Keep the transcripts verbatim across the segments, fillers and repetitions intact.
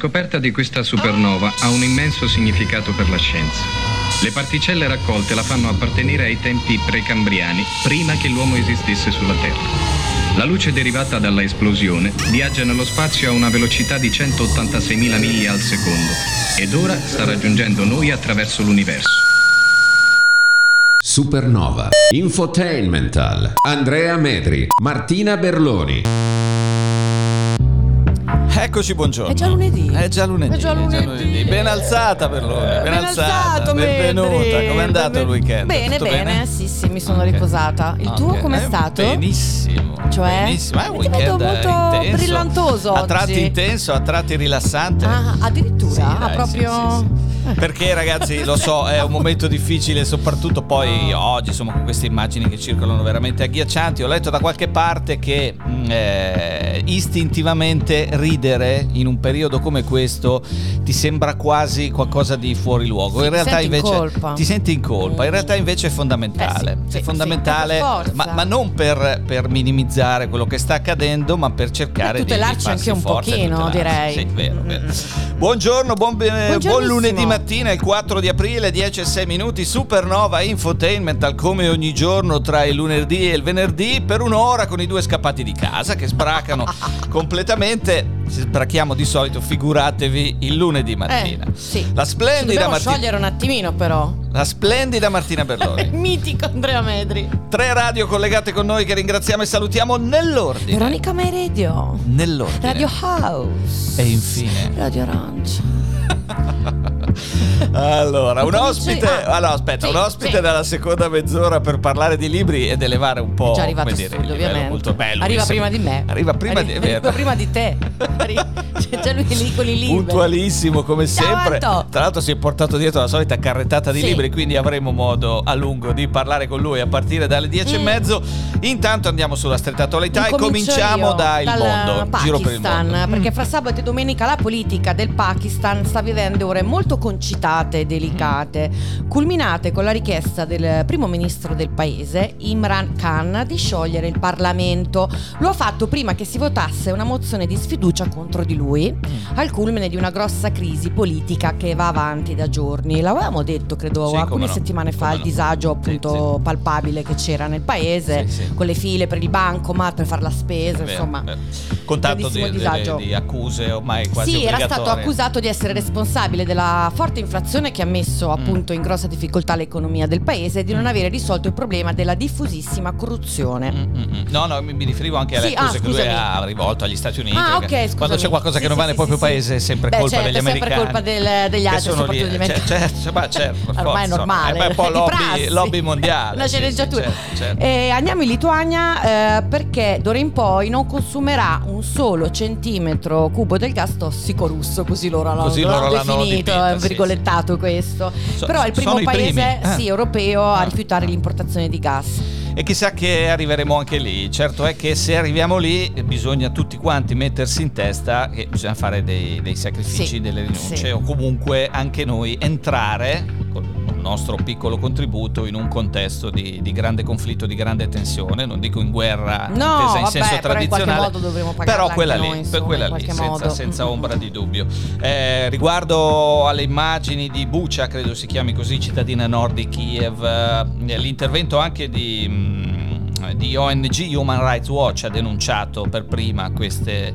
scoperta di questa supernova ha un immenso significato per la scienza. Le particelle raccolte la fanno appartenere ai tempi precambriani, prima che l'uomo esistesse sulla Terra. La luce derivata dalla esplosione viaggia nello spazio a una velocità di centottantaseimila miglia al secondo ed ora sta raggiungendo noi attraverso l'universo. Supernova, Infotainmental, Andrea Medri, Martina Berloni. Eccoci, buongiorno. È già lunedì. È già lunedì. È già lunedì. È già lunedì. Ben alzata, Berloni. Ben, ben alzata. alzato, Benvenuta. Medri. Com'è andato ben... il weekend? Bene, Tutto bene. bene? Sì, sì, mi sono Okay. riposata. Il tuo Okay. com'è Eh, stato? Benissimo. Cioè? Benissimo. È un Ti vedo weekend molto intenso. brillantoso A tratti oggi. intenso, a tratti rilassante. Ah, addirittura? Sì, ah, dai, proprio... sì, sì, sì. Perché ragazzi, lo so, è un momento difficile, soprattutto poi oggi, insomma, con queste immagini che circolano veramente agghiaccianti. Ho letto da qualche parte che eh, istintivamente ridere in un periodo come questo ti sembra quasi qualcosa di fuori luogo. Sì, in realtà ti senti invece in colpa. ti senti in colpa. In realtà invece è fondamentale. Eh sì, è sì, fondamentale, sì, per forza. ma, ma non per, per minimizzare quello che sta accadendo, ma per cercare Per di, di tutelarci farsi anche un forza e pochino, tutelarsi. direi. Sì, vero, Mm. vero. Buongiorno, buon, be- buon Buongiornissimo. lunedì mattina, il quattro di aprile, dieci e sei minuti, Supernova Infotainmental, come ogni giorno tra il lunedì e il venerdì, per un'ora con i due scappati di casa che sbracano completamente. Se sbrachiamo di solito, figuratevi il lunedì mattina. Eh, sì. La Ci splendida dobbiamo Martina, sciogliere un attimino, però. la splendida Martina Berloni. Mitico Andrea Medri. Tre radio collegate con noi che ringraziamo e salutiamo nell'ordine. Veronica My Radio. Nell'ordine. Radio House. E infine Radio Arancia. Allora, un Cominci- ospite, ah, allora, aspetta, sì, un ospite sì. dalla seconda mezz'ora per parlare di libri ed elevare un po', È già arrivato come in dire, studio, il livello ovviamente. molto bello. Arriva mi prima sembra. di me. Arriva prima di Arriva vero. prima di te. Arri- C'è già lui lì con i libri. Puntualissimo come Ciao, sempre. Anto. Tra l'altro si è portato dietro la solita carrettata di Sì. libri, quindi avremo modo a lungo di parlare con lui a partire dalle dieci Mm. e mezzo. Intanto andiamo sulla stretta attualità e Incomincio cominciamo io dal dal mondo, giro per il Pakistan, mondo. perché fra sabato e domenica la politica del Pakistan sta vivendo ore molto concitate e delicate, culminate con la richiesta del primo ministro del paese, Imran Khan, di sciogliere il Parlamento. Lo ha fatto prima che si votasse una mozione di sfiducia contro di lui, al culmine di una grossa crisi politica che va avanti da giorni. L'avevamo detto, credo, Sì, alcune come no, settimane fa, come il no. disagio Sì, appunto sì. palpabile che c'era nel paese, Sì, sì. con le file per il bancomat, per fare la spesa, Vero, insomma. vero. Con tanto di, grandissimo disagio. di- di accuse ormai quasi Sì, era stato obbligatorie. accusato di essere responsabile della forte inflazione che ha messo Mm. appunto in grossa difficoltà l'economia del paese e di non avere risolto il problema della diffusissima corruzione. Mm, mm, mm. No, no, mi, mi riferivo anche alle Sì, accuse ah, che lui scusami. ha rivolto agli Stati Uniti. Ah, perché ok, scusami. Quando c'è qualcosa Sì, che non sì, va nel sì, proprio sì, paese è sempre Beh, colpa certo, degli è sempre americani. colpa del- degli che altri, sono soprattutto lì, degli cioè, americani. certo, ma certo, per Ormai forza, è normale, È un po' di lobby, prassi. lobby mondiale. Una sì, sì, sceneggiatura. certo, certo. E andiamo in Lituania eh, perché d'ora in poi non consumerà un solo centimetro cubo del gas tossico russo, così loro l'hanno, Così loro l'hanno definito, dipinta, è sì, virgolettato questo. So- Però è il primo sono i primi. paese Ah. sì, europeo a Ah. rifiutare l'importazione di gas. E chissà che arriveremo anche lì. Certo è che se arriviamo lì bisogna tutti quanti mettersi in testa che bisogna fare dei, dei sacrifici, Sì, delle rinunce, sì. o comunque anche noi entrare con il nostro piccolo contributo in un contesto di, di grande conflitto, di grande tensione, non dico in guerra No, intesa in vabbè, senso però in qualche tradizionale, modo dovremo pagarla però quella anche lì, noi, per insomma, quella in lì qualche senza, modo. senza ombra di dubbio. Eh, riguardo alle immagini di Bucha, credo si chiami così, cittadina nord di Kiev, eh, l'intervento anche di... mh, di O N G Human Rights Watch ha denunciato per prima queste,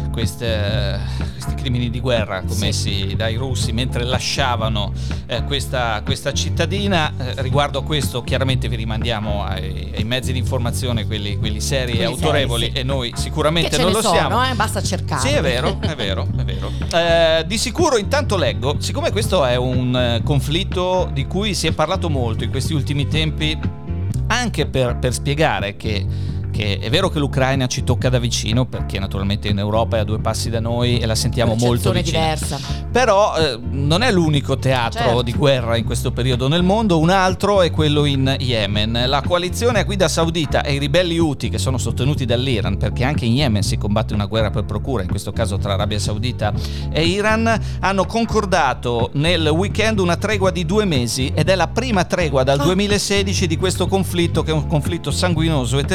queste, questi crimini di guerra commessi sì. dai russi mentre lasciavano eh, questa, questa cittadina. Eh, riguardo a questo chiaramente vi rimandiamo ai, ai mezzi di informazione, quelli, quelli seri Quelli e autorevoli, seri, sì. e noi sicuramente Che ce non ne lo sono, siamo. eh? Basta cercare. Sì, è vero, è vero, è vero. Eh, di sicuro intanto leggo, siccome questo è un eh, conflitto di cui si è parlato molto in questi ultimi tempi, anche per, per spiegare che, che è vero che l'Ucraina ci tocca da vicino, perché naturalmente in Europa è a due passi da noi e la sentiamo molto vicina, diversa. però eh, non è l'unico teatro Certo. di guerra in questo periodo nel mondo. Un altro è quello in Yemen. La coalizione a guida saudita e i ribelli Houthi, che sono sostenuti dall'Iran, perché anche in Yemen si combatte una guerra per procura, in questo caso tra Arabia Saudita e Iran, hanno concordato nel weekend una tregua di due mesi ed è la prima tregua dal Ah. duemilasedici di questo conflitto, che è un conflitto sanguinoso e terribile che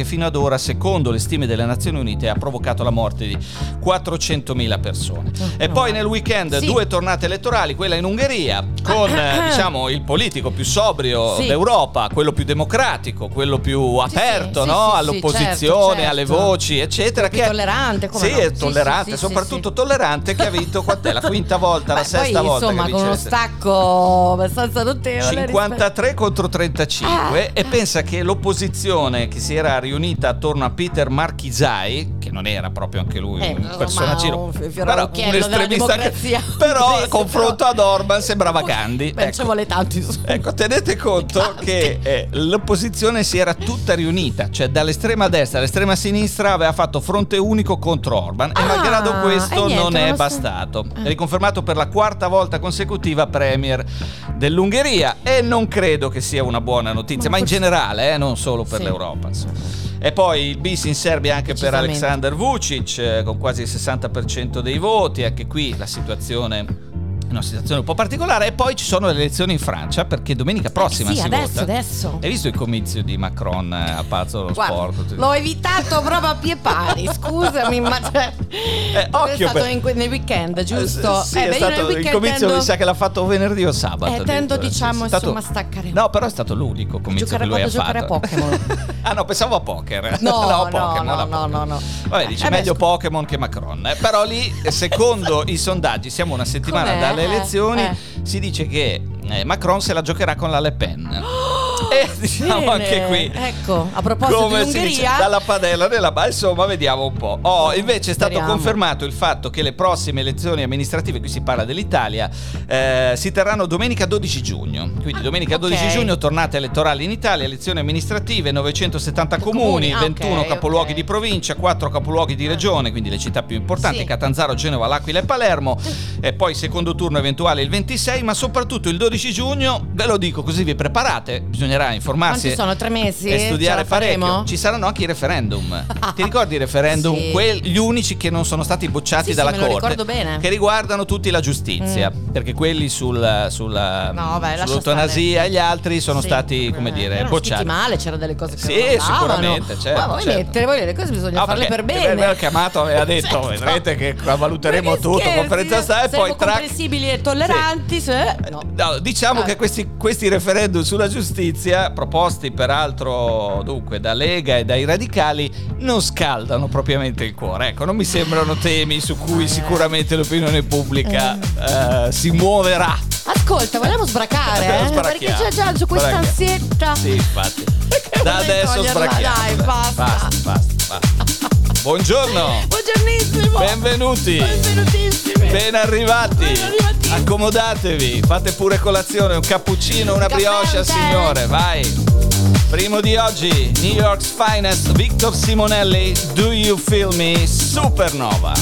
che fino ad ora, secondo le stime delle Nazioni Unite, ha provocato la morte di quattrocentomila persone. Oh, e no. Poi nel weekend sì. due tornate elettorali, quella in Ungheria con eh, diciamo il politico più sobrio sì. d'Europa, quello più democratico, quello più aperto, sì, sì, no? Sì, all'opposizione, certo, certo. alle voci, eccetera. Più che tollerante, come sì, no? è tollerante, sì, sì, soprattutto sì, tollerante, che ha vinto quant'è? La quinta volta, Beh, la sesta poi, volta. Insomma, che con uno stacco abbastanza notevole. cinquantatré contro trentacinque. Ah, e pensa che l'opposizione che si era riunita attorno a Peter Markizai, che non era proprio anche lui eh, un personaggio, un, però un estremista, che, però a confronto ad Orban sembrava Gandhi. Beh, ecco. ci vuole tanto insomma. Ecco, tenete conto che eh, l'opposizione si era tutta riunita, cioè dall'estrema destra all'estrema sinistra aveva fatto fronte unico contro Orban ah, e malgrado questo niente, non è non bastato. È riconfermato per la quarta volta consecutiva premier dell'Ungheria e non credo che sia una buona notizia, ma, ma in generale, eh, non solo per sì. l'Europa, insomma. E poi il bis in Serbia anche per Aleksandar Vučić eh, con quasi il sessanta per cento dei voti. Anche qui la situazione una situazione un po' particolare. E poi ci sono le elezioni in Francia, perché domenica prossima eh sì, si adesso, vota. adesso. Hai visto il comizio di Macron a Palazzo dello Guarda, Sport? L'ho evitato proprio a pie pari, scusami, ma cioè, eh, occhio è stato per... in, nel weekend, giusto? Eh, sì, eh, è stato il comizio, tendo... mi sa che l'ha fatto venerdì o sabato. Eh, tendo detto, diciamo stato... insomma staccare. No, però è stato l'unico comizio giocare che lui ha giocare fatto. A Pokémon. Ah no, pensavo a poker. No, no, no, Pokémon, no, no, no, no, no. Vabbè, dici eh, meglio beh, Pokémon che Macron. Eh. Però lì, secondo i sondaggi, siamo una settimana Com'è? dalle elezioni, eh. si dice che eh, Macron se la giocherà con la Le Pen. E diciamo bene. anche qui, ecco, a proposito come di si Ungheria, dice, dalla padella nella ma insomma vediamo un po'. Oh, invece è stato Speriamo. confermato il fatto che le prossime elezioni amministrative, qui si parla dell'Italia, eh, si terranno domenica dodici giugno. Quindi domenica okay. dodici giugno tornate elettorali in Italia, elezioni amministrative, novecentosettanta comuni, comuni. Ah, ventuno okay, capoluoghi okay. di provincia, quattro capoluoghi di regione, quindi le città più importanti, sì. Catanzaro, Genova, L'Aquila e Palermo. E poi secondo turno eventuale il ventisei, ma soprattutto il dodici giugno, ve lo dico così vi preparate, bisognerà informarsi. Quanti sono? Tre mesi? E studiare parecchio. Faremo? Ci saranno anche i referendum. Ti ricordi i referendum? Sì. Que- gli unici che non sono stati bocciati sì, dalla sì, Corte. Me lo ricordo bene. Che riguardano tutti la giustizia. Mm. Perché quelli sul, sulla, no, vai, sull'eutanasia e gli altri sono sì. stati, come eh, dire, erano bocciati. male, c'erano delle cose che sì, non andavano. sicuramente. Certo, ma vuoi certo. mettere, voi le cose bisogna no, farle per bene. Aveva chiamato, aveva detto, certo. vedrete che valuteremo tutto, scherzi, conferenza stampa e poi tra comprensibili e tolleranti. Sì. Se... No. No, diciamo ah. che questi, questi referendum sulla giustizia, proposti peraltro dunque da Lega e dai radicali, non scaldano propriamente il cuore. Ecco, non mi sembrano temi su cui eh. sicuramente l'opinione pubblica eh. Eh, si muoverà. Ascolta, vogliamo sbracare, eh? Perché c'è già su questa ansietta. Sì, infatti. Da adesso sbracchiamo. Dai, basta. Basta, basta, basta. Buongiorno. Buongiornissimo. Benvenuti. Benvenutissimi. Ben arrivati. Accomodatevi, fate pure colazione, un cappuccino, una brioche al signore, vai. Primo di oggi, New York's Finest, Victor Simonelli, Do You Feel Me, Supernova.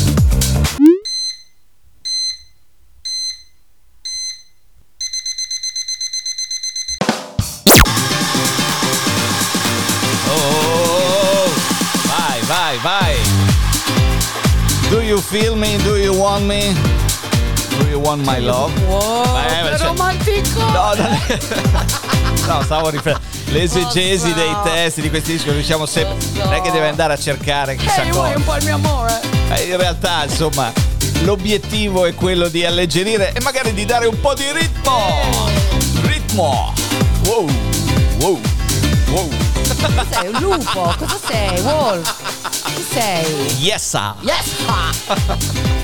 Oh, vai, vai, vai. Do you feel me, do you want me? Do you want my love? Wow, Beh, che cioè... romantico! No, non è... no, stavo riflettendo. L'esegesi so. dei testi di questi dischi riusciamo sempre. So. Non è che deve andare a cercare chissà hey, cosa. Vuoi un po' il mio amore? Eh, in realtà, insomma, l'obiettivo è quello di alleggerire e magari di dare un po' di ritmo. Hey. Ritmo. Wow. Wow. Wow. Cosa sei? Un lupo? Cosa sei? Wolf? Chi sei? Yesa. Yesa.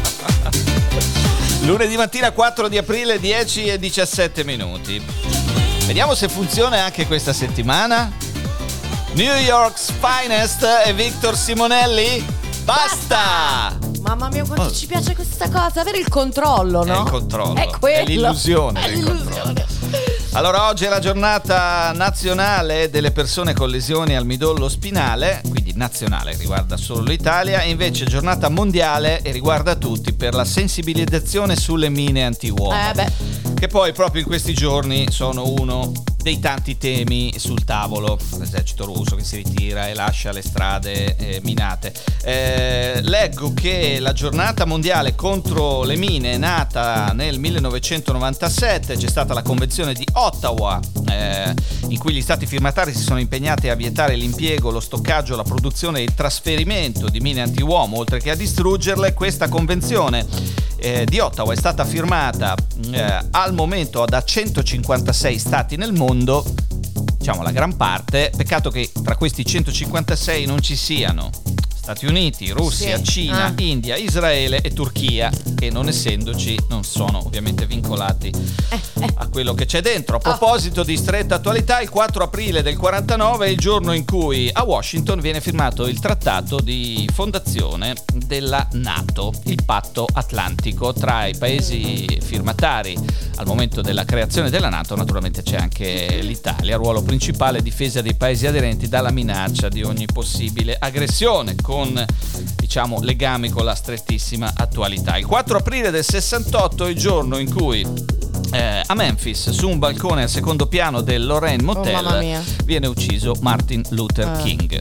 Lunedì mattina quattro di aprile, dieci e diciassette minuti. Vediamo se funziona anche questa settimana. New York's Finest e Victor Simonelli. Basta! Mamma mia, quanto oh. ci piace questa cosa, avere il controllo, no? È il controllo. È quello. È l'illusione. È del l'illusione. Controllo. Allora, oggi è la giornata nazionale delle persone con lesioni al midollo spinale, quindi nazionale, riguarda solo l'Italia, e invece giornata mondiale e riguarda tutti per la sensibilizzazione sulle mine anti-uomo. Eh beh. Che poi proprio in questi giorni sono uno dei tanti temi sul tavolo. L'esercito russo che si ritira e lascia le strade eh, minate. Eh, leggo che la giornata mondiale contro le mine è nata nel millenovecentonovantasette, c'è stata la convenzione di Ottawa eh, in cui gli stati firmatari si sono impegnati a vietare l'impiego, lo stoccaggio, la produzione e il trasferimento di mine antiuomo, oltre che a distruggerle. Questa convenzione eh, di Ottawa è stata firmata eh, al momento da centocinquantasei stati nel mondo, diciamo la gran parte. Peccato che tra questi centocinquantasei non ci siano Stati Uniti, Russia, sì. Cina, ah. India, Israele e Turchia, che non essendoci non sono ovviamente vincolati eh, eh. a quello che c'è dentro. A proposito oh. di stretta attualità, il quattro aprile del quarantanove è il giorno in cui a Washington viene firmato il trattato di fondazione della NATO, il patto atlantico tra i paesi firmatari. Al momento della creazione della NATO naturalmente c'è anche l'Italia, ruolo principale difesa dei paesi aderenti dalla minaccia di ogni possibile aggressione, con diciamo legami con la strettissima attualità. Il quattro aprile del sessantotto è il giorno in cui eh, a Memphis, su un balcone al secondo piano del Lorraine Motel, oh, viene ucciso Martin Luther ah. King.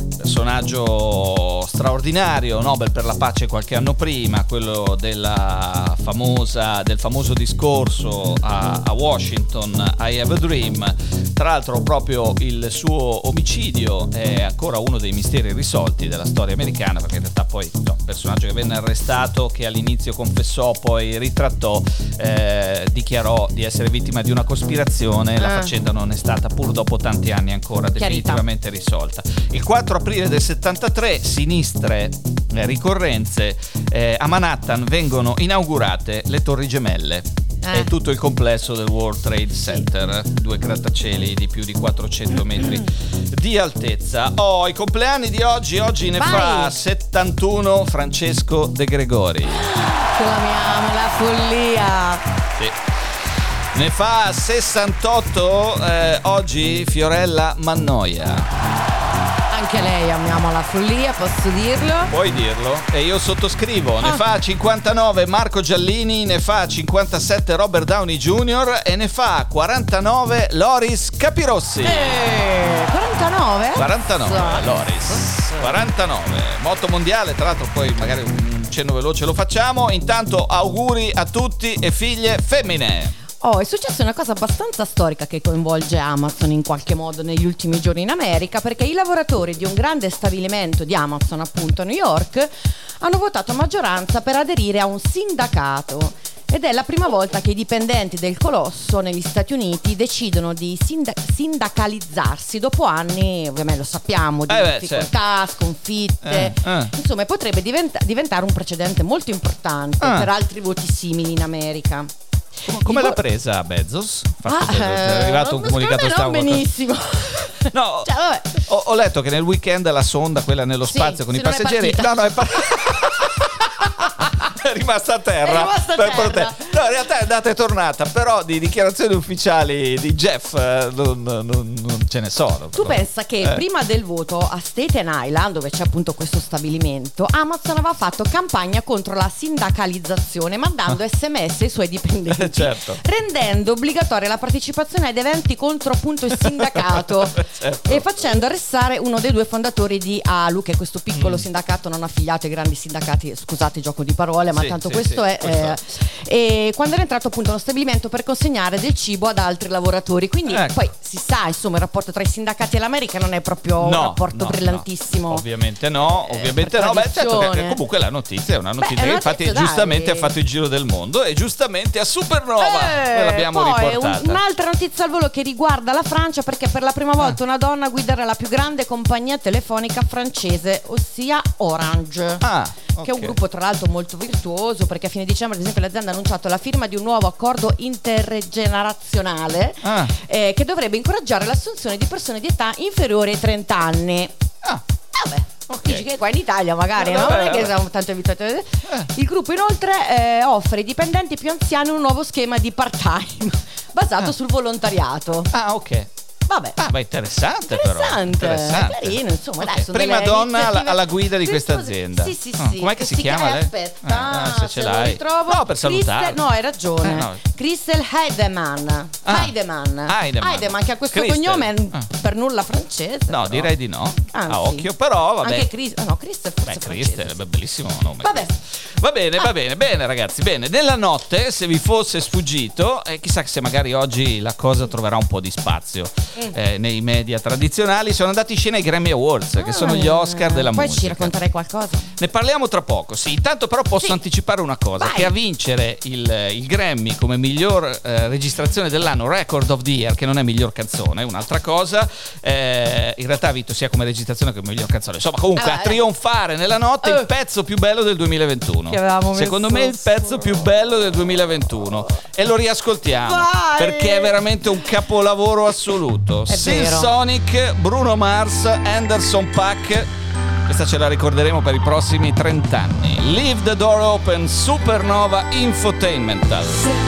Personaggio straordinario, Nobel per la pace qualche anno prima, quello della famosa, del famoso discorso a, a Washington, I Have a Dream. Tra l'altro proprio il suo omicidio è ancora uno dei misteri irrisolti della storia americana, perché in realtà poi no, un personaggio che venne arrestato, che all'inizio confessò, poi ritrattò, eh, dichiarò di essere vittima di una cospirazione. La ah. faccenda non è stata, pur dopo tanti anni, ancora definitivamente risolta. Il quattro aprile del settantatré, sinistre eh, ricorrenze, eh, a Manhattan vengono inaugurate le Torri Gemelle eh. e tutto il complesso del World Trade Center, due grattacieli di più di quattrocento metri di altezza. Oh, i compleanni di oggi, oggi ne Vai. fa settantuno Francesco De Gregori. Chiamiamo la follia. Sì. Ne fa sessantotto eh, oggi Fiorella Mannoia. Anche lei amiamo la follia, posso dirlo? Puoi dirlo e io sottoscrivo. Ne ah. fa cinquantanove Marco Giallini, ne fa cinquantasette Robert Downey junior e ne fa quarantanove Loris Capirossi. Eh, quarantanove? quarantanove Zazza. Loris. quarantanove. Moto mondiale, tra l'altro poi magari un cenno veloce lo facciamo. Intanto auguri a tutti e figlie femmine. Oh, è successa una cosa abbastanza storica che coinvolge Amazon in qualche modo negli ultimi giorni in America, perché i lavoratori di un grande stabilimento di Amazon, appunto a New York, hanno votato a maggioranza per aderire a un sindacato. Ed è la prima volta che i dipendenti del colosso negli Stati Uniti decidono di sinda- sindacalizzarsi dopo anni, ovviamente lo sappiamo, di eh beh, difficoltà, certo. sconfitte. Eh, eh. Insomma, potrebbe diventa- diventare un precedente molto importante ah. per altri voti simili in America. Come Il l'ha vo- presa Bezos? Fatto Ah, che è arrivato un eh, comunicato secondo me stampa. non benissimo. No, Cioè, vabbè. ho, ho letto che nel weekend la sonda, quella nello Sì, spazio con se i non è passeggeri, partita. no, no, è partita. È rimasta a terra. È rimasta a per terra. prote- No, in realtà è andata e tornata, però di dichiarazioni ufficiali di Jeff eh, non, non- non ce ne sono. Tu però. pensa che Eh. prima del voto a Staten Island, dove c'è appunto questo stabilimento, Amazon aveva fatto campagna contro la sindacalizzazione, mandando sms ai suoi dipendenti, Eh, certo. rendendo obbligatoria la partecipazione ad eventi contro appunto il sindacato Certo. e facendo arrestare uno dei due fondatori di A L U, che è questo piccolo Mm. sindacato non affiliato ai grandi sindacati, scusate il gioco di parole, ma Sì, tanto sì, questo sì, è questo eh, e quando era entrato appunto nello stabilimento per consegnare del cibo ad altri lavoratori, quindi Ecco. poi si sa, insomma, il rapporto tra i sindacati e l'America non è proprio un No, rapporto no, brillantissimo. no. Ovviamente no, Eh, ovviamente per no. Beh, certo che tradizione. comunque la notizia è una notizia Beh, è che una infatti notizia, giustamente dai. ha fatto il giro del mondo e giustamente a Supernova Eh, ve l'abbiamo poi riportata. un- un'altra notizia al volo che riguarda la Francia, perché per la prima volta una donna guiderà la più grande compagnia telefonica francese, ossia Orange. Ah, Che è un ok. gruppo tra l'altro molto virtuoso, perché a fine dicembre ad esempio l'azienda ha annunciato la firma di un nuovo accordo intergenerazionale Ah. eh, che dovrebbe incoraggiare l'assunzione di persone di età inferiore ai trenta anni. Ah, Vabbè, ok. dici che qua in Italia magari No, no? vabbè, Non è che vabbè. siamo tanto abituati. Il gruppo inoltre eh, offre ai dipendenti più anziani un nuovo schema di part-time basato Ah. sul volontariato. Ah, ok. Vabbè. Ah, ma interessante, però. Interessante, Interessante. carino, insomma, Ok, dai, sono prima delle donna alla, iniziative- alla guida di Sì, questa sì, azienda. Sì, sì, Ah, sì. com'è che si chiama eh, lei? Aspetta, Eh, se ce lo l'hai. ritrovo. No, per salutarla. Christel- no, hai ragione. Eh, no. Christel Heidemann. Ah, Heidemann. Heidemann. Heidemann, che ha questo Christel. cognome è Ah. per nulla francese. No, però. direi di no. Anzi. A occhio, però vabbè. Anche Chris- ah, no, Christel forse Beh, francese, Christel, sì. beh, bellissimo nome. Vabbè. Va bene, va bene, bene ragazzi, bene. Nella notte, se vi fosse sfuggito, eh, chissà se magari oggi la cosa troverà un po' di spazio Mm. eh, nei media tradizionali. Sono andati in scena i Grammy Awards, che sono gli Oscar della Poi musica. ci racconterai qualcosa. Ne parliamo tra poco, sì. Intanto però posso Sì. anticipare una cosa, Vai. che a vincere il, il Grammy come miglior eh, registrazione dell'anno, Record of the Year, che non è miglior canzone, è un'altra cosa, eh, in realtà ha vinto sia come registrazione che come miglior canzone. Insomma, comunque Eh, a trionfare nella notte eh. il pezzo più bello del duemilaventuno. Che avevamo Secondo messo me il pezzo più bello del duemilaventuno. E lo riascoltiamo, Vai. perché è veramente un capolavoro assoluto. È Sil vero. Sonic, Bruno Mars, Anderson .Paak. Questa ce la ricorderemo per i prossimi trenta anni. Leave the door open, Supernova Infotainmental.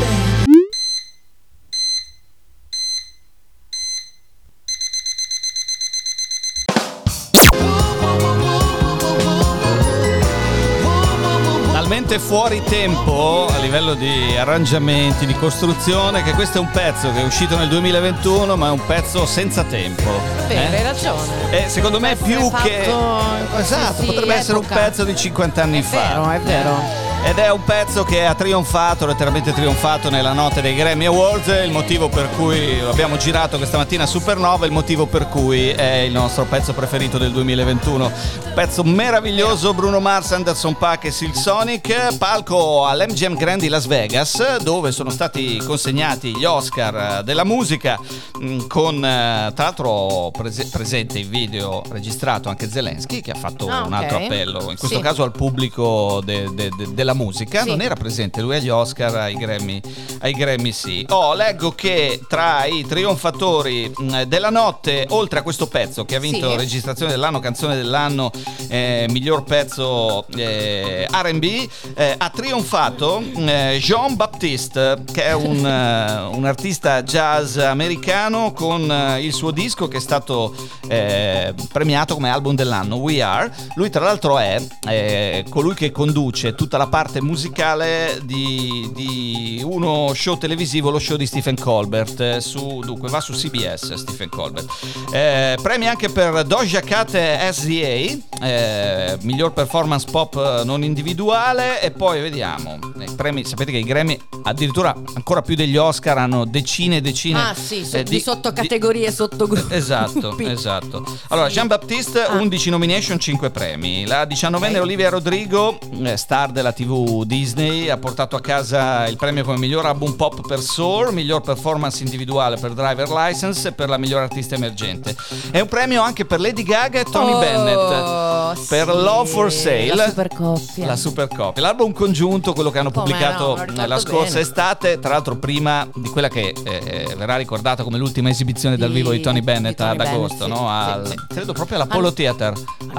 Talmente fuori tempo a livello di arrangiamenti, di costruzione, che questo è un pezzo che è uscito nel duemilaventuno, ma è un pezzo senza tempo. Vero, eh? hai ragione. E secondo me Potrebbe più essere che fatto in qualsiasi esatto, potrebbe essere un epoca. pezzo di cinquanta anni È fa. vero, è vero. Ed è un pezzo che ha trionfato, letteralmente trionfato nella notte dei Grammy Awards, il motivo per cui lo abbiamo girato questa mattina a Supernova, il motivo per cui è il nostro pezzo preferito del duemilaventuno. Un pezzo meraviglioso, Bruno Mars, Anderson .Paak e Sil Sonic, palco all'M G M Grand di Las Vegas, dove sono stati consegnati gli Oscar della musica, mh, con eh, tra l'altro prese- presente in video registrato anche Zelensky, che ha fatto Ah, un ok. altro appello, in questo Sì. caso al pubblico de- de- de- della musica. Sì. Non era presente lui agli Oscar, ai Grammy, ai Grammy sì. Oh, leggo che tra i trionfatori mh, della notte, oltre a questo pezzo che ha vinto Sì. registrazione dell'anno, canzone dell'anno, eh, miglior pezzo eh, R and B, eh, ha trionfato eh, Jean Baptiste, che è un, eh, un artista jazz americano, con eh, il suo disco che è stato eh, premiato come album dell'anno, We Are. Lui tra l'altro è eh, colui che conduce tutta la parte musicale di, di uno show televisivo, lo show di Stephen Colbert, eh, su, dunque va su C B S Stephen Colbert. Eh, premi anche per Doja Cat e S Z A, eh, miglior performance pop non individuale. E poi vediamo eh, premi, sapete che i Grammy addirittura ancora più degli Oscar hanno decine e decine Ah sì, so- eh, di, sottocategorie, sottogruppi. Esatto, esatto. Allora, Jean Baptiste, Ah. undici nomination, cinque premi. La diciannovenne Ok. Olivia Rodrigo, eh, star della tivù Disney, ha portato a casa il premio come miglior album pop per Soar, miglior performance individuale per Driver License e per la miglior artista emergente. È un premio anche per Lady Gaga e Tony Oh, Bennett per sì, Love for Sale. la super coppia. La super coppia. L'album congiunto, quello che hanno Come pubblicato no, me lo ricordo la scorsa bene. estate, tra l'altro prima di quella che eh, verrà ricordata come l'ultima esibizione dal Di- vivo di Tony di Bennett Tony ad Bennett, agosto, sì, no? sì, Al- sì. Credo proprio all'Apollo Al- Theater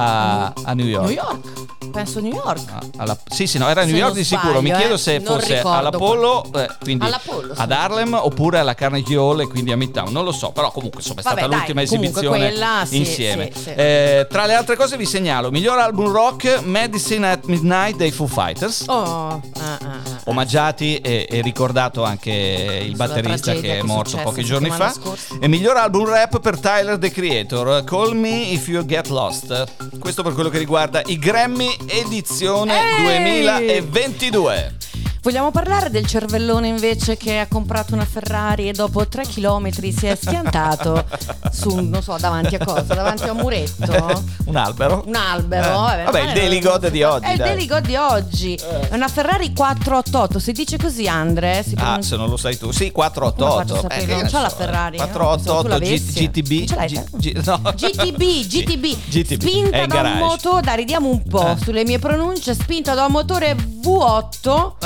a, a New York. New York, penso New York. Ah, alla- sì, sì, no, era a Se New York non di sicuro. Mi sbaglio, chiedo eh, se non fosse ricordo all'Apollo, eh, quindi All'Apollo, sì. ad Harlem, oppure alla Carnegie Hall e quindi a Midtown. Non lo so, però comunque insomma è Vabbè, stata dai, l'ultima comunque esibizione quella, sì, insieme. sì, sì. Eh, tra le altre cose vi segnalo miglior album rock, Medicine at Midnight dei Foo Fighters. Oh, ah, ah, ah. Omaggiati e, e ricordato anche il Sulla batterista tragedia che è che è morto successa pochi giorni settimana fa. scorsa. E miglior album rap per Tyler the Creator, Call Me If You Get Lost. Questo per quello che riguarda i Grammy edizione Ehi! duemilaventidue. Vogliamo parlare del cervellone invece che ha comprato una Ferrari e dopo tre chilometri si è schiantato su, non so, davanti a cosa? Davanti a un muretto? Un albero? Un albero? Eh. Vabbè, Vabbè, non il è- Daily God di oggi, È il dai. Daily God di oggi. È una Ferrari quattrocentottantotto. Si dice così, Andre? Si Ah, pronuncia- se non lo sai tu. Sì, Come faccio a quattrocentottantotto. sapere? che Non ne c'ho la so, Ferrari, eh. no? quattrocentottotto, Tu l'avessi? G- GTB. Ce l'hai G- te? G- no. G T B, G T B, G T B. È spinta in da un garage. motore, dai, ridiamo un po' Eh. sulle mie pronunce, spinta da un motore V otto Ah.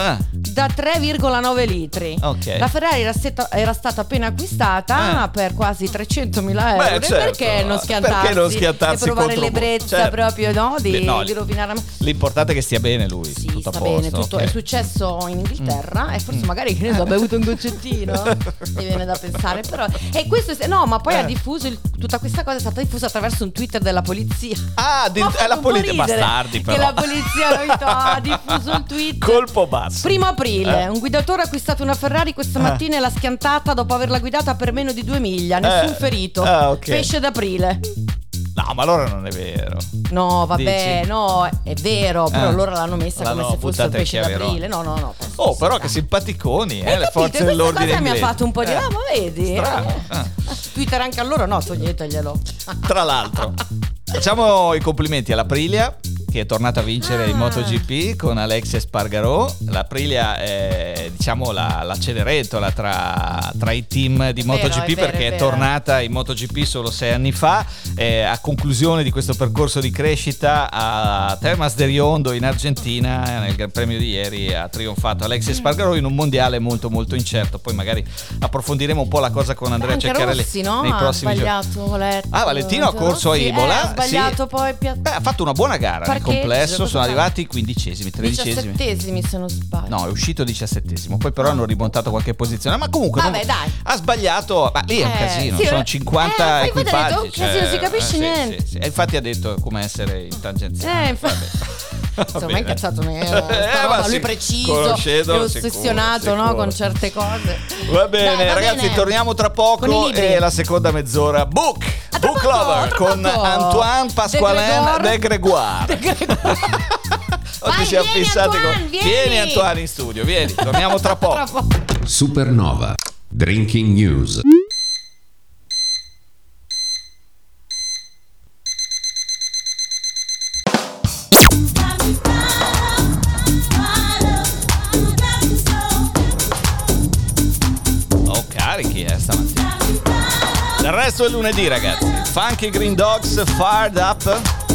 da tre virgola nove litri. Ok. La Ferrari era stata, era stata appena acquistata Eh. per quasi trecentomila euro. Beh, certo. Perché non schiantarsi? Perché non schiantarsi e provare contro- l'ebbrezza certo. proprio, no? Di, No, di rovinare la... L'importante è che stia bene lui. Sì, tutto a sta posto, bene, tutto ok. è successo in Inghilterra Mm. e forse magari che ne so, ha bevuto un goccettino. Mi viene da pensare, però. E questo è- no, ma poi Eh. ha diffuso il- tutta questa cosa è stata diffusa attraverso un Twitter della polizia. Ah, di- Mi ha è fatto la un po' polizia. ridere Bastardi, però. Che la polizia ha detto, ha diffuso un tweet. Colpo basso. Primo aprile, un guidatore ha acquistato una Ferrari questa mattina e l'ha schiantata dopo averla guidata per meno di due miglia. Nessun Eh. ferito. Ah, ok. Pesce d'aprile. No, ma allora non è vero. No, vabbè, Dici? no, è vero, però Eh. loro l'hanno messa L'hanno come se fosse il buttata in pesce chiave d'aprile. No, no, no. penso Oh, che però sia. che simpaticoni, eh, Hai le capito? forze Questa dell'ordine cosa mi ha inglesi. fatto un po' di Eh. ah, ma vedi? Strano. eh. Ah. Twitter anche a loro, no, toglieteglielo. Tra l'altro, facciamo i complimenti all'Aprilia che è tornata a vincere Ah. in MotoGP con Alexia Espargarò. L'Aprilia è, diciamo, la, la cenerentola tra, tra i team di vero, MotoGP è vero, perché è è, vero. tornata in MotoGP solo sei anni fa. Eh, a conclusione di questo percorso di crescita a Termas de Riondo in Argentina, nel Gran Premio di ieri ha trionfato Alexia Espargarò in un mondiale molto molto incerto. Poi magari approfondiremo un po' la cosa con Andrea Anche Ceccarelli Rossi, no? nei ha prossimi giorni. sbagliato, ho letto. Ah, Valentino ha corso a Rossi, Imola, eh, ha sbagliato sì. poi pia- Beh, ha fatto una buona gara nel Parcheggio, complesso, cosa sono fa? arrivati quindicesimi, tredicesimi. diciassettesimi se non sbaglio. No, è uscito diciassettesimo, poi però Ah. hanno rimontato qualche posizione, ma comunque Vabbè, non- dai. ha sbagliato, ma lì è un Eh, casino, sì, sono eh, cinquanta eh, poi vedete, equipaggi. un casino, si capisce sì, niente. sì, sì. E infatti ha detto come essere in tangenziale. Eh, infatti. Insomma, è incazzato nero. Eh, sta ma roba, sì, lui preciso, conoscendo, è ossessionato, sicuro, no, sicuro. con certe cose. Va bene, Dai, va ragazzi, bene. torniamo tra Con poco i libri. e la seconda mezz'ora Book, A tra Book poco, Lover tra con poco. Antoine Pasqualin de Gregoire. De Gregoire. Oggi Vai, siamo vieni, fissati Antoine, con vieni. Vieni Antoine in studio, vieni, torniamo tra poco. Tra poco. Supernova Drinking News. Oh, carichi, eh, stamattina. Del resto è lunedì, ragazzi. Funky Green Dogs, Fired Up,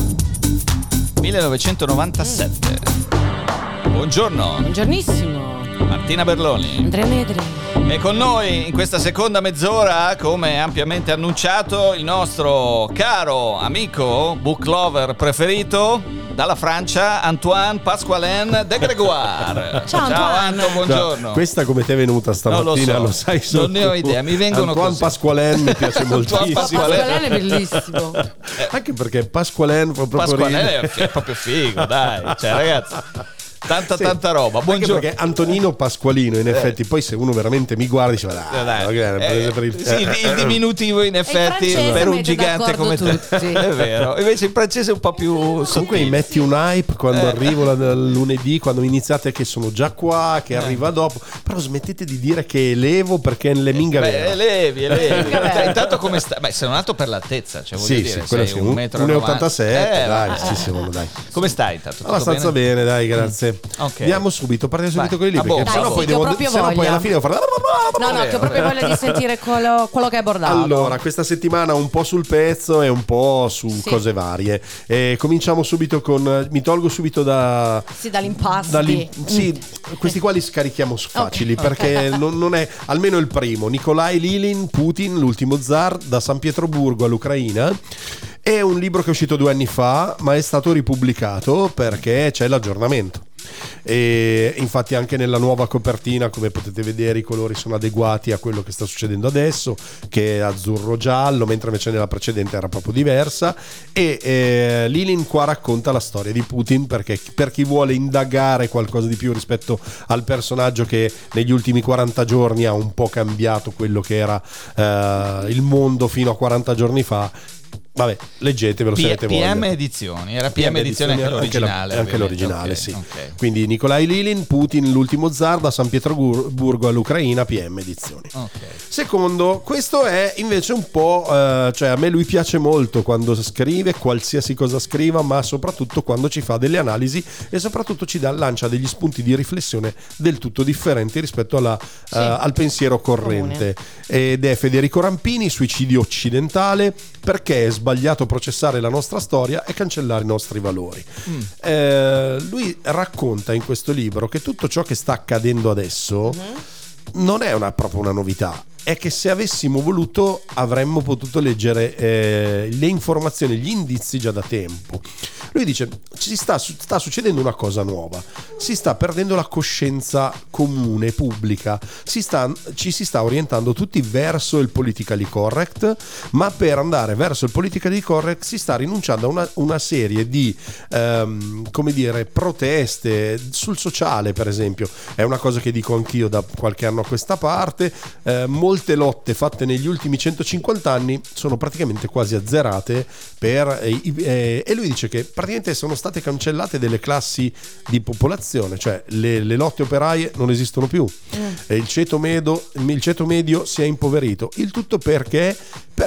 millenovecentonovantasette. Buongiorno, Buongiornissimo. Martina Berloni. Andrea Medri. E con noi in questa seconda mezz'ora, come ampiamente annunciato, il nostro caro amico book lover preferito dalla Francia, Antoine Pasqualin de Gregoire. Ciao, Antoine. Anto, buongiorno. No, questa come ti è venuta stamattina, Non lo lo, so. sai solo Non ne ho tu. idea, mi vengono Antoine così. Pasqualin mi piace Antoine moltissimo. Pasqualin. Pasqualene è bellissimo. Anche perché Pasqualin fa proprio Pasqualin ridere. è, è proprio figo, dai. Cioè, ragazzi, tanta Sì. tanta roba. Anche Buongiorno. perché Antonino Pasqualino, in effetti, poi se uno veramente mi guarda dice, ma dai, Eh, dai. ma che era presa Eh, per il- sì, il, il diminutivo in effetti francese per un mette gigante d'accordo come te tutti. è vero, invece il francese è un po' più Comunque sottile. mi metti un hype quando Eh. arrivo la- la- lunedì, quando mi iniziate che sono già qua, che Eh. arriva dopo, però smettete di dire che elevo perché le minga Beh, vera. elevi, elevi. Vabbè. Cioè, intanto come sta? Beh, sei un alto per l'altezza, cioè voglio Sì, dire, sì, quello sei sì, un un- metro e uno e novanta. ottantasette, Eh, dai, ma- sì, sì, uno, dai. Come stai intanto? Tutto Abbastanza bene? dai, grazie. Ok. Andiamo subito, partiamo subito Vai. con i libri, Ah, boh. perché Dai, sennò sì, poi che ho devo proprio sennò poi voglia. alla fine devo fare No, no, che ho proprio voglia di sentire quello, quello che hai bordato. Allora, questa settimana un po' sul pezzo e un po' su Sì. cose varie. E cominciamo subito con. Mi tolgo subito da. Sì, dall'impasto. dall'im- sì, questi qua li scarichiamo facili perché non, non è almeno il primo. Nikolai Lilin, Putin, l'ultimo zar, da San Pietroburgo all'Ucraina. È un libro che è uscito due anni fa, ma è stato ripubblicato perché c'è l'aggiornamento. E infatti anche nella nuova copertina, come potete vedere, i colori sono adeguati a quello che sta succedendo adesso, che è azzurro-giallo, mentre invece nella precedente era proprio diversa. E eh, Lilin qua racconta la storia di Putin, perché per chi vuole indagare qualcosa di più rispetto al personaggio che negli ultimi quaranta giorni ha un po' cambiato quello che era eh, il mondo fino a quaranta giorni fa. Vabbè, leggetevelo se P- avete P M voglia. Edizioni, era P M Edizioni anche l'originale. la- anche ovviamente. l'originale, Ok, sì. ok. Quindi Nikolai Lilin, Putin, l'ultimo zar, da San Pietroburgo all'Ucraina, P M Edizioni. Ok. Secondo, questo è invece un po', eh, cioè a me lui piace molto quando scrive, qualsiasi cosa scriva, ma soprattutto quando ci fa delle analisi e soprattutto ci dà, lancia degli spunti di riflessione del tutto differenti rispetto alla, Sì. eh, al pensiero corrente. Ed è Federico Rampini, Suicidio occidentale, perché è sbagliato sbagliato processare la nostra storia e cancellare i nostri valori. Mm. Eh, lui racconta in questo libro che tutto ciò che sta accadendo adesso mm-hmm. non è una, proprio una novità, è che se avessimo voluto avremmo potuto leggere eh, le informazioni, gli indizi già da tempo. Lui dice, ci sta, sta succedendo una cosa nuova, si sta perdendo la coscienza comune, pubblica, si sta, ci si sta orientando tutti verso il politically correct, ma per andare verso il politically correct si sta rinunciando a una, una serie di ehm, come dire, proteste sul sociale, per esempio. È una cosa che dico anch'io da qualche anno a questa parte. eh, molte lotte fatte negli ultimi centocinquanta anni sono praticamente quasi azzerate per, eh, eh, e lui dice che praticamente sono state cancellate delle classi di popolazione, cioè le, le lotte operaie non esistono più, mm. e il ceto medio, il ceto medio si è impoverito, il tutto perché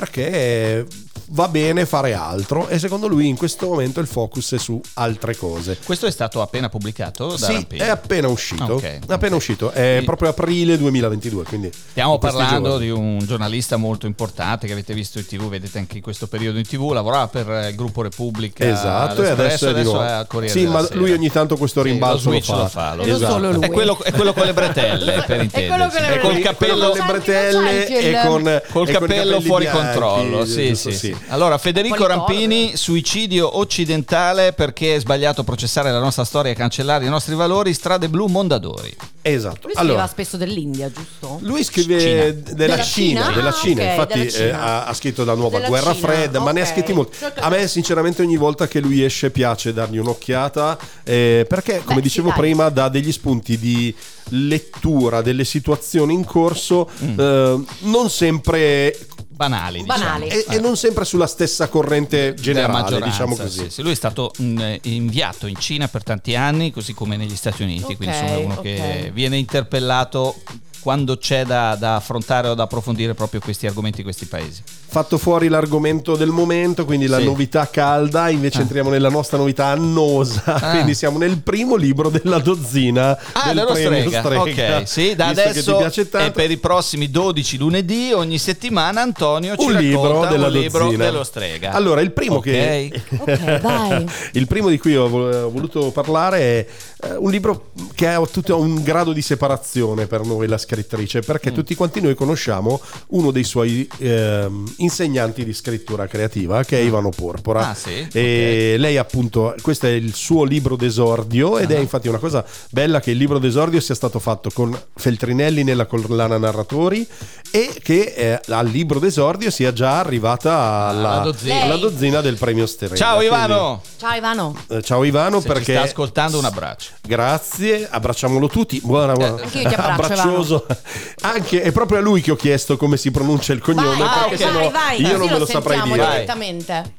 perché va bene fare altro, e secondo lui in questo momento il focus è su altre cose. Questo è stato appena pubblicato da sì, Rampini? È appena uscito, okay, è appena okay. uscito, è sì. proprio aprile duemilaventidue, quindi stiamo parlando giorni. Di un giornalista molto importante che avete visto in tv, vedete anche in questo periodo in tv, lavorava per il gruppo Repubblica, esatto, e adesso è di nuovo al Corriere sì, della ma Sera. lui ogni tanto questo rimbalzo sì, lo, lo, lo fa, fa, lo fa. esatto. Solo lui. È quello, è quello con le bretelle, per intendersi, è col cappello, con le bretelle e con col e cappello con fuori bianchi, controllo, sì, sì, sì. Allora, Federico Rampini, suicidio occidentale perché è sbagliato processare la nostra storia e cancellare i nostri valori, strade blu, Mondadori. Esatto. Lui scriveva allora, spesso dell'India, giusto? lui scrive Cina. della, Della Cina, Cina? della Ah, Cina, ok, infatti della Cina. eh, ha, ha scritto la nuova Della guerra Cina, fredda, ma ne ha ok. scritti molti. A me sinceramente ogni volta che lui esce piace dargli un'occhiata, eh, perché come Beh, dicevo sì, dai. prima dà degli spunti di lettura delle situazioni in corso, Mm. eh, non sempre Banali, diciamo. Banali. e, e non sempre sulla stessa corrente generale, Della diciamo maggioranza, così. sì, sì. Lui è stato mh, inviato in Cina per tanti anni, così come negli Stati Uniti, Ok, quindi insomma è uno ok. che viene interpellato quando c'è da, da affrontare o da approfondire proprio questi argomenti di questi paesi. Fatto fuori l'argomento del momento, quindi la Sì. novità calda, invece Ah. entriamo nella nostra novità annosa, Ah. quindi siamo nel primo libro della dozzina Ah, del dello premio strega. Strega. Ok, sì, da Visto che adesso ti piace tanto. e per i prossimi dodici lunedì ogni settimana Antonio ci un libro racconta della un libro dozzina. dello strega. Allora, il primo Ok. che Ok, vai. il primo di cui ho vol- ho voluto parlare è eh, un libro che ha tutto un grado di separazione per noi, la scrittrice, perché Mm. tutti quanti noi conosciamo uno dei suoi ehm, insegnanti di scrittura creativa, che è Ivano Porpora. Ah, sì? E lei appunto, questo è il suo libro d'esordio, ed Ah. è infatti una cosa bella che il libro d'esordio sia stato fatto con Feltrinelli nella collana narratori, e che eh, al libro d'esordio sia già arrivata alla, Alla dozzina. alla dozzina del premio Strega. Ciao Quindi, Ivano! Ciao Ivano. eh, ciao Ivano, Se perché ci sta ascoltando, un abbraccio. grazie, abbracciamolo tutti. Buona, buona. Anche io ti abbraccio, abbraccioso. Anche è proprio a lui che ho chiesto come si pronuncia il cognome, Vai, perché ok. sennò vai, vai, io così non me lo saprei sentiamo dire. Vai. direttamente.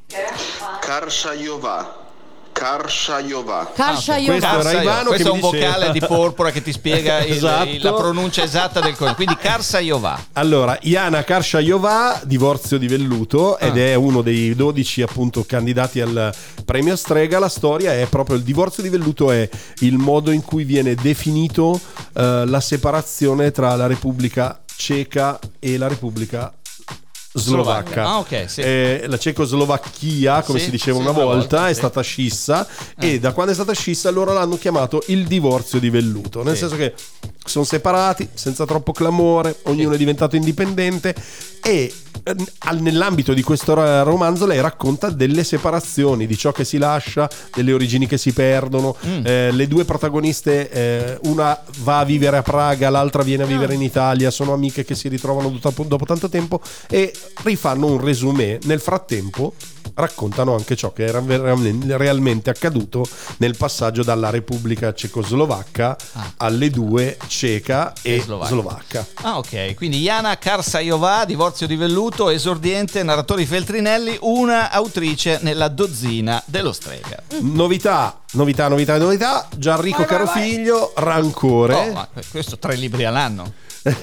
Karshayova. Karshayova. Karshayova. Questo era Karsa- Ivano questo che è un mi diceva. vocale di Porpora che ti spiega il- Esatto. il- la pronuncia esatta del cognome. Quindi Karshayova. Allora, Jana Karshayova, divorzio di velluto, ed Ah. è uno dei dodici appunto candidati al premio Strega. La storia è proprio il divorzio di velluto, è il modo in cui viene definito eh, la separazione tra la Repubblica Ceca e la Repubblica Slovacca. Ah, ok, sì. Eh, la Cecoslovacchia, come Sì, si diceva sì, una una volta, volta, è sì. stata scissa, Eh. e da quando è stata scissa loro l'hanno chiamato il divorzio di velluto, nel Sì. senso che sono separati senza troppo clamore, ognuno è diventato indipendente, e eh, al- nell'ambito di questo ra- romanzo lei racconta delle separazioni, di ciò che si lascia, delle origini che si perdono. Mm. Eh, le due protagoniste, eh, una va a vivere a Praga, l'altra viene a vivere in Italia, sono amiche che si ritrovano dopo, dopo tanto tempo e rifanno un resumé. Nel frattempo raccontano anche ciò che era veramente- realmente accaduto nel passaggio dalla Repubblica Cecoslovacca Ah. alle due, ceca e, E slovacca. slovacca. Ah, ok. Quindi Jana Karshayova, divorzio di velluto, esordiente, narratori Feltrinelli, una autrice nella dozzina dello strega. Novità, novità, novità, novità. Gianrico Vai, vai, Carofiglio, Rancore. Oh, ma questo tre libri all'anno.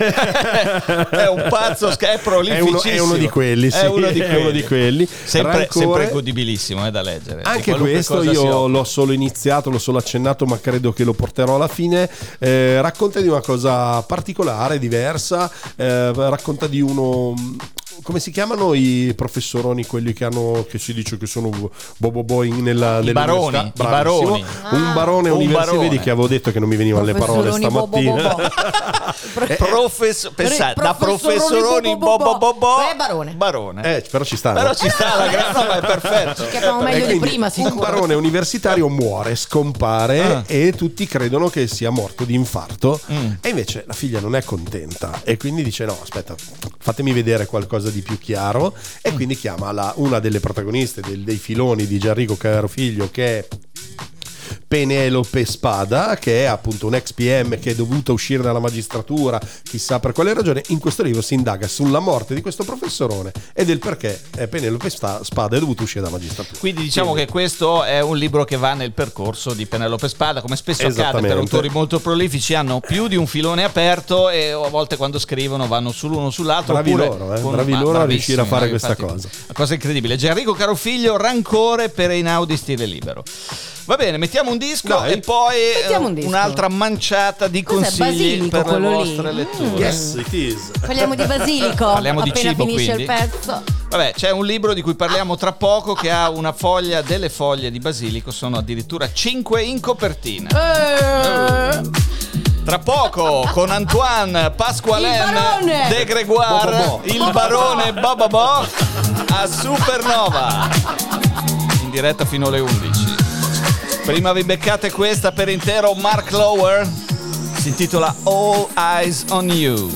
È un pazzo, è È prolificissimo. uno, è uno di quelli, sì, È uno di è quelli. uno di quelli. Sempre, Rancore- sempre godibilissimo, è da leggere. Di Anche qualunque questo cosa si io occupi. l'ho solo iniziato, l'ho solo accennato, ma credo che lo porterò alla fine. Eh, racconta di una cosa particolare, diversa, eh, racconta di uno come si chiamano i professoroni, quelli che hanno, che si dice che sono bobo boy nella, I baroni, i baroni. Un barone Un universitario, barone. vedi che avevo detto che non mi venivano le parole Professoroni stamattina. bo, bo, bo. Eh, Profes- pensate, da professoroni professoroni bo, bo, bo, bo, Eh, barone. barone. Eh, però ci sta. Però no? ci sta la gran, no, ma è perfetto. Ci capiamo E meglio di quindi prima, un sicuro. barone universitario muore, scompare Ah. e tutti credono che sia morto di infarto Mm. e invece la figlia non è contenta e quindi dice no aspetta, fatemi vedere qualcosa di più chiaro e Mm. quindi chiama la, una delle protagoniste del, dei filoni di Gianrico Carofiglio, che è Penelope Spada, che è appunto un ex P M che è dovuta uscire dalla magistratura, chissà per quale ragione. In questo libro si indaga sulla morte di questo professorone e del perché eh, Penelope Spada è dovuta uscire dalla magistratura. Quindi diciamo Quindi- che questo è un libro che va nel percorso di Penelope Spada, come spesso accade Esattamente. per autori molto prolifici, hanno più di un filone aperto e a volte quando scrivono vanno sull'uno o sull'altro. Bravi oppure loro, eh, con- bravi ma- loro a bravissimi, riuscire a fare no? questa Infatti, cosa. Una cosa incredibile. Gianrico Carofiglio, Rancore per Einaudi stile libero. Va bene, mettiamo un disco Dai. e poi Mettiamo un eh, disco. un'altra manciata di Cos'è, consigli basilico per le quello lì? vostre Mm. letture. Yes, it is. Parliamo di basilico. Parliamo di appena cibo, finisce quindi. il pezzo. Vabbè, c'è un libro di cui parliamo tra poco che ha una foglia, delle foglie di basilico, sono addirittura cinque in copertina. Eh. Tra poco con Antoine Pasqualen Il barone! De Gregoire, Bo, bo, bo. il barone Bababò a Supernova. In diretta fino alle undici. Prima vi beccate questa per intero, Mark Lower. Si intitola All Eyes on You.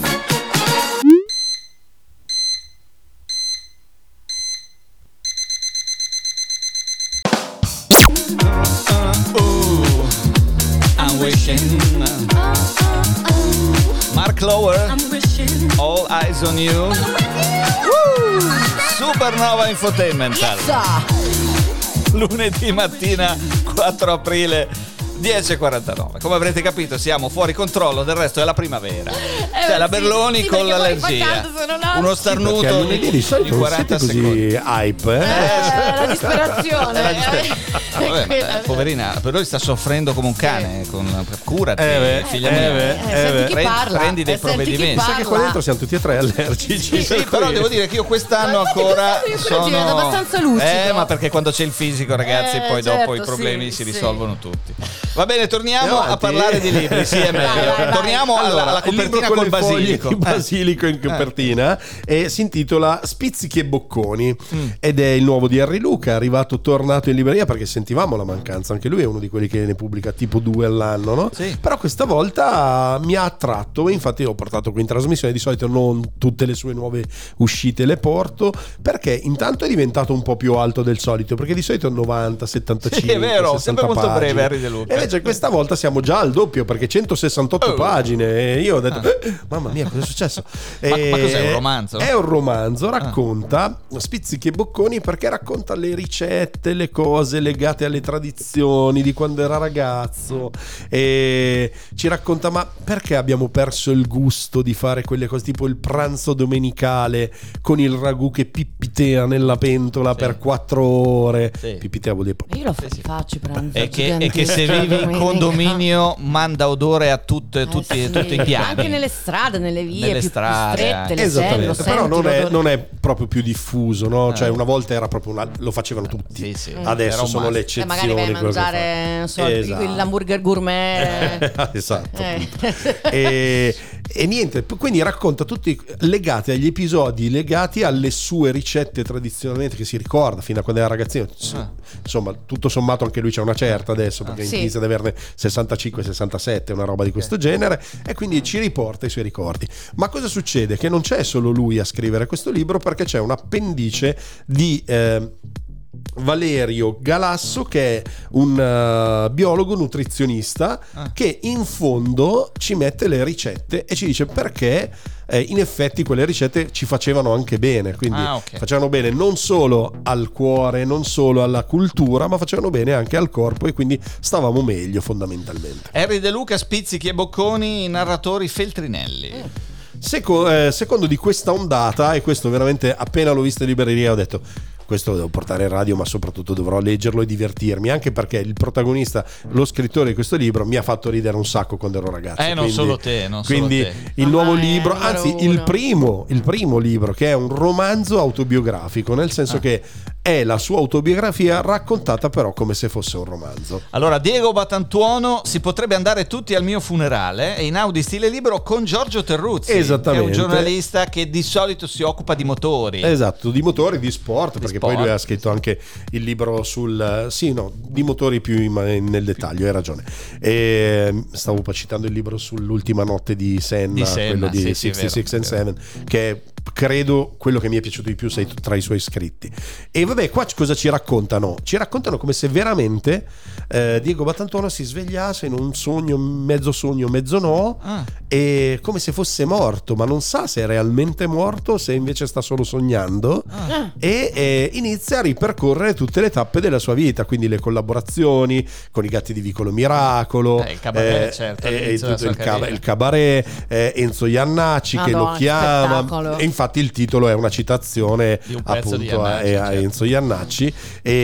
Ooh, I'm wishing. Mark Lower, All Eyes on You. Woo! Supernova Infotainment. Sa. Lunedì mattina quattro aprile dieci e quarantanove. Come avrete capito siamo fuori controllo, del resto è la primavera. Cioè la sì, Berloni sì, con perché poi l'allergia. fa caldo, se non ha- Uno Perché starnuto a lunedì di solito di non quaranta siete secondi. così hype, eh? Eh, la disperazione. La disper- Vabbè, ma, eh, poverina, però lui sta soffrendo come un cane, con curati, Eh beh, figlia eh mia. beh, Eh, senti chi Prendi- parla. prendi dei Eh, senti chi provvedimenti. Sa che parla. qua dentro siamo tutti e tre allergici. Sì, per però cui- devo dire che io quest'anno Ma vedi, ancora questo è sono abbastanza lucido. Eh, ma perché quando c'è il fisico, ragazzi, Eh, poi dopo certo, i problemi sì, si sì. risolvono tutti. Va bene, torniamo Andiamo a avanti. parlare di libri, sì, è meglio. Vai, vai, vai. Torniamo alla, Allora, alla il libro copertina con col le foglie basilico. di Eh. basilico in copertina e si intitola Spizzichi e bocconi Mm. ed è il nuovo di Henry Luca, arrivato tornato in libreria perché sentivamo la mancanza, anche lui è uno di quelli che ne pubblica tipo due all'anno, no? Sì. Però questa volta mi ha attratto, infatti l'ho portato qui in trasmissione, di solito non tutte le sue nuove uscite le porto perché intanto è diventato un po' più alto del solito, perché di solito novanta, settantacinque, Sì, è vero, sessanta sempre molto pagine. breve Henry De Luca. E invece questa volta siamo già al doppio perché centosessantotto Oh. pagine e io ho detto "Eh, mamma mia cosa è successo". Ma- ma E- cos'è, un romanzo? È un romanzo, racconta spizzichi e bocconi perché racconta le ricette, le cose legate alle tradizioni di quando era ragazzo e ci racconta ma perché abbiamo perso il gusto di fare quelle cose tipo il pranzo domenicale con il ragù che pippitea nella pentola Sì. per quattro ore. Sì. Pippitea vuol dire Io lo fa- faccio i pranzi E che, e che se giganteschi vivi in domenica. condominio manda odore a tutte, Eh, tutti, sì. tutti i piani. Anche nelle strade, nelle vie Nelle più, strade, più strette, anche. le Esattamente, sento, però senti non è, l'odore. non è proprio più diffuso, no? Cioè Eh. una volta era proprio una, lo facevano tutti, Sì, sì. adesso Era un sono must. le Eh, eccezioni. magari vai a quello che mangiare non so, fa. il- Esatto. l'hamburger gourmet. esatto. Eh. e, e niente, p- quindi racconta tutti legati agli episodi legati alle sue ricette tradizionalmente che si ricorda fino a quando era ragazzino. S- Ah. Insomma, tutto sommato anche lui c'è una certa adesso perché Sì. inizia ad averne sessantacinque sessantasette, una roba di questo genere, e quindi ci riporta i suoi ricordi. Ma cosa succede? Che non c'è solo lui a scrivere questo libro perché c'è un appendice di eh, Valerio Galasso, che è un uh, biologo nutrizionista Ah. che in fondo ci mette le ricette e ci dice perché eh, in effetti quelle ricette ci facevano anche bene, quindi Ah, ok. facevano bene non solo al cuore, non solo alla cultura, ma facevano bene anche al corpo e quindi stavamo meglio fondamentalmente. Henry De Luca, Spizzichi e Bocconi, narratori Feltrinelli. Seco- eh, secondo di questa ondata, e questo veramente appena l'ho visto in libreria ho detto questo lo devo portare in radio, ma soprattutto dovrò leggerlo e divertirmi, anche perché il protagonista, lo scrittore di questo libro, mi ha fatto ridere un sacco quando ero ragazzo. Eh, non quindi, solo te, non solo quindi te. il Ah, nuovo è libro, numero anzi uno. il primo, il primo libro, che è un romanzo autobiografico, nel senso Ah. che è la sua autobiografia raccontata però come se fosse un romanzo. Allora, Diego Batantuono, si potrebbe andare tutti al mio funerale, è in Audi stile libero con Giorgio Terruzzi, Esattamente. che è un giornalista che di solito si occupa di motori. Esatto, di motori, di sport, Di perché sport. poi lui ha scritto anche il libro sul sì, no, di motori più in- nel dettaglio, hai ragione. E stavo poi citando il libro sull'ultima notte di Senna, Di Senna, quello di sì, sì, sessantasei vero, and seven, che è credo quello che mi è piaciuto di più sei tra i suoi scritti. E vabbè, qua cosa ci raccontano? Ci raccontano come se veramente eh, Diego Batantuono si svegliasse in un sogno, mezzo sogno, mezzo no, Ah. e come se fosse morto, ma non sa se è realmente morto, se invece sta solo sognando. Ah. E eh, inizia a ripercorrere tutte le tappe della sua vita, quindi le collaborazioni con i Gatti di Vicolo Miracolo, Eh, il cabaret, certo, eh, all'inizio della tutto il, sua cab- carriera. il cabaret, eh, Enzo Iannacci che Madonna, lo chiama, spettacolo. e infatti il titolo è una citazione Di un pezzo di appunto a, Iannacci, a certo. Enzo Iannacci,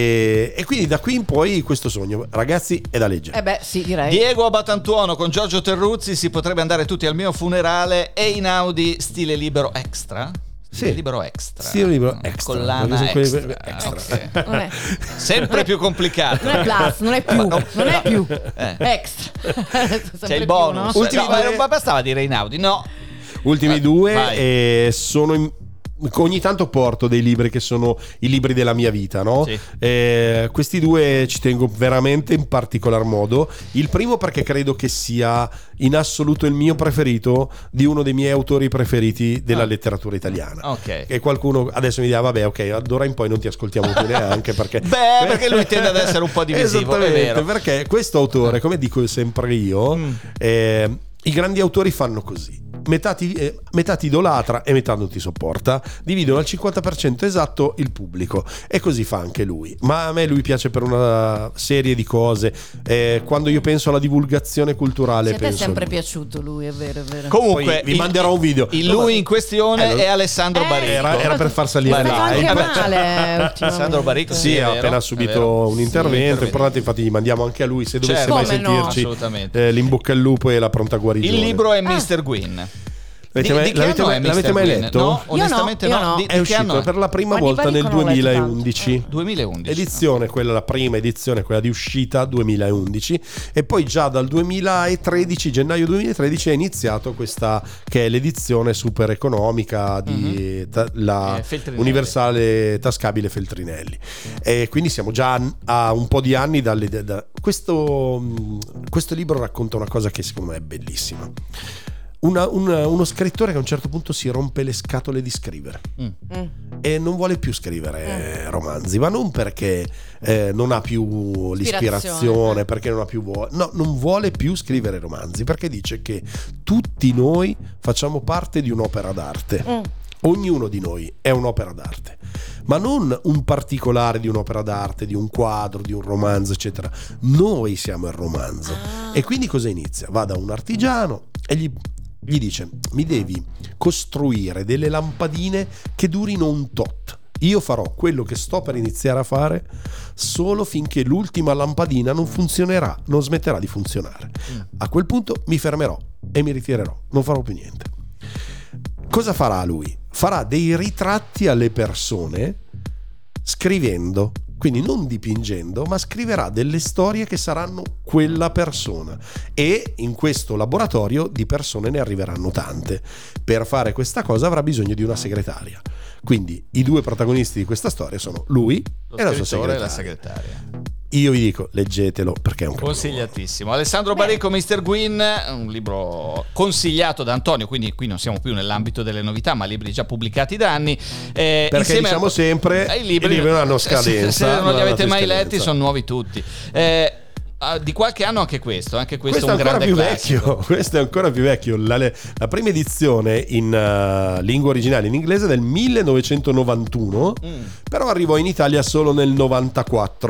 e, e quindi da qui in poi questo sogno, ragazzi, è da leggere. Eh beh, sì, direi. Diego Batantuono con Giorgio Terruzzi, si potrebbe andare tutti al mio funerale, e in Audi stile libero extra. Stile Sì. libero extra. Stile libero extra. Collana Perché sono quelli- extra. extra. Ok. Non è, Sempre più complicato. non è plus, non è più, non è più. Eh. Extra. C'è il bonus. No? Ultimi No, ma due- non bastava dire in Audi, no. Ultimi Eh, due vai. eh, sono in- ogni tanto porto dei libri che sono i libri della mia vita, no? Sì. Eh, questi due ci tengo veramente in particolar modo. Il primo perché credo che sia in assoluto il mio preferito di uno dei miei autori preferiti della Ah. letteratura italiana. Ok. E qualcuno adesso mi dirà vabbè, ok, d'ora in poi non ti ascoltiamo più neanche perché Beh, perché lui tende ad essere un po' divisivo, è Esattamente, vero. perché questo autore, come dico sempre io, Mm. eh, i grandi autori fanno così: metà ti, eh, metà ti idolatra e metà non ti sopporta, dividono al cinquanta per cento esatto il pubblico, e così fa anche lui. Ma a me lui piace per una serie di cose. Eh, quando io penso alla divulgazione culturale, Sì, a te è penso sempre a lui. piaciuto lui, è vero, è vero. Comunque, Poi vi il- manderò un video. Il lui in questione Eh, lo- è Alessandro Eh, Baricco. Era, era per far salire È stato anche l'hype. male ultimamente. Alessandro Baricco, Sì, è ha vero, appena è subito vero. un Sì, intervento importante, infatti gli mandiamo anche a lui, se dovesse Certo. mai Come no? sentirci, Assolutamente. eh, l'in bocca al lupo e la pronta guarigione. Il libro è mister Gwyn. L'avete Di- mai, di che l'avete anno mai- è l'avete mister mai Gwyn? letto? No, Io no, onestamente io no. no. Di, È di che uscito anno è? per la prima Ma di volta nel Baricco non l'ho letto duemilaundici. duemilaundici. Edizione, quella la prima edizione, quella di uscita duemilaundici, e poi già dal duemilatredici, gennaio duemilatredici, è iniziato questa che è l'edizione super economica di Mhm. ta- la Eh, Feltrinelli. universale tascabile Feltrinelli. E quindi siamo già a un po' di anni dalle, da- da- questo, questo libro racconta una cosa che secondo me è bellissima. Una- un- uno scrittore che a un certo punto si rompe le scatole di scrivere Mm. Mm. e non vuole più scrivere eh, romanzi, ma non perché eh, non ha più l'ispirazione, Ispirazione. perché non ha più voglia, no, non vuole più scrivere romanzi perché dice che tutti noi facciamo parte di un'opera d'arte. Mm. Ognuno di noi è un'opera d'arte, ma non un particolare di un'opera d'arte, di un quadro, di un romanzo, eccetera. Noi siamo il romanzo. Ah. E quindi cosa inizia? Va da un artigiano e gli, gli dice: mi devi costruire delle lampadine che durino un tot. Io farò quello che sto per iniziare a fare solo finché l'ultima lampadina non funzionerà, non smetterà di funzionare. A quel punto mi fermerò e mi ritirerò, non farò più niente. Cosa farà lui? Farà dei ritratti alle persone scrivendo, quindi non dipingendo, ma scriverà delle storie che saranno quella persona, e in questo laboratorio di persone ne arriveranno tante. Per fare questa cosa avrà bisogno di una segretaria. Quindi i due protagonisti di questa storia sono lui Lo e la sua scrittore e segretaria. la segretaria. Io vi dico, leggetelo perché è un capolavoro. Consigliatissimo. Alessandro Baricco, mister Gwyn, un libro consigliato da Antonio, quindi qui non siamo più nell'ambito delle novità, ma libri già pubblicati da anni. Eh, Perché insieme diciamo a- sempre, ai libri, i libri non hanno se- scadenza, Se, se non non li hanno avete mai scadenza. letti, sono nuovi tutti. Eh, ah, di qualche anno anche questo, anche questo, Questo è un ancora grande più classico. vecchio. Questo è ancora più vecchio. La, la prima edizione in uh, lingua originale in inglese è del millenovecentonovantuno, Mm. però arrivò in Italia solo nel novantaquattro.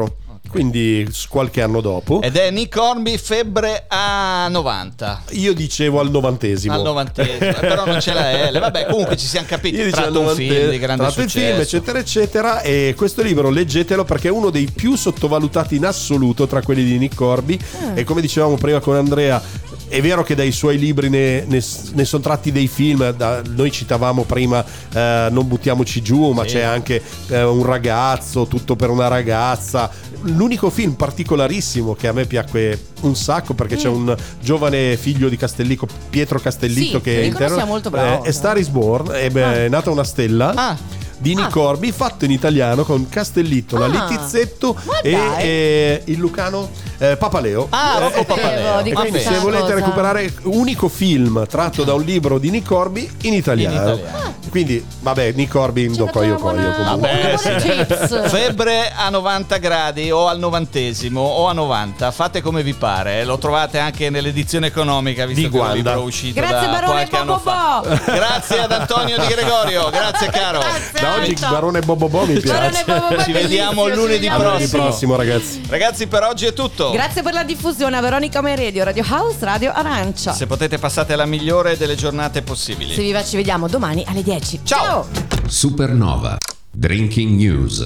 quindi qualche anno dopo. Ed è Nick Hornby, Febbre a novanta. Io dicevo al novantesimo. Al novantesimo, però non c'è la L. Vabbè, comunque ci siamo capiti. Io dicevo Tratto un film di grande tratto il successo. film, eccetera, eccetera. E questo libro leggetelo perché è uno dei più sottovalutati in assoluto tra quelli di Nick Hornby. Ah. E come dicevamo prima con Andrea, è vero che dai suoi libri ne, ne, ne sono tratti dei film. Da, noi citavamo prima eh, Non buttiamoci giù, ma sì. c'è anche eh, Un ragazzo, Tutto per una ragazza. L'unico film particolarissimo che a me piacque un sacco, perché mm. c'è un giovane figlio di Castellico, Pietro Castellitto, sì, che è dicono interno, sia molto bravo. eh, è Star is Born, è, beh, Ah. è nata una stella. Ah. Di Nick Ah. Hornby, fatto in italiano con Castellitto, Ah. Lalitizzetto Ma e, dai. e il Lucano eh, Papaleo. Ah, Rocco Eh, Papaleo. di e quindi questa se volete cosa. recuperare unico film tratto da un libro di Nick Hornby in italiano. In italiano. Quindi vabbè, Nick Hornby in Ci do date coio una buona- coio comunque. Vabbè, una sì. buona chips. Febbre a novanta gradi o al novantesimo o a novanta, fate come vi pare. Lo trovate anche nell'edizione economica, visto Di che è un Guanda. libro uscito Grazie, da Barone qualche anno fa. Bobo. Grazie ad Antonio Di Gregorio, grazie caro. Grazie, Da oggi Anto. Barone Bobobo mi Barone piace. Bobo è Ci vediamo bellissimo, lunedì ci vediamo Lunedì prossimo. prossimo, ragazzi. Ragazzi, per oggi è tutto. Grazie per la diffusione a Veronica Meredio, Radio House, Radio Arancia. Se potete passate la migliore delle giornate possibili. Se viva ci vediamo domani alle dieci. Ciao. Supernova. Drinking News.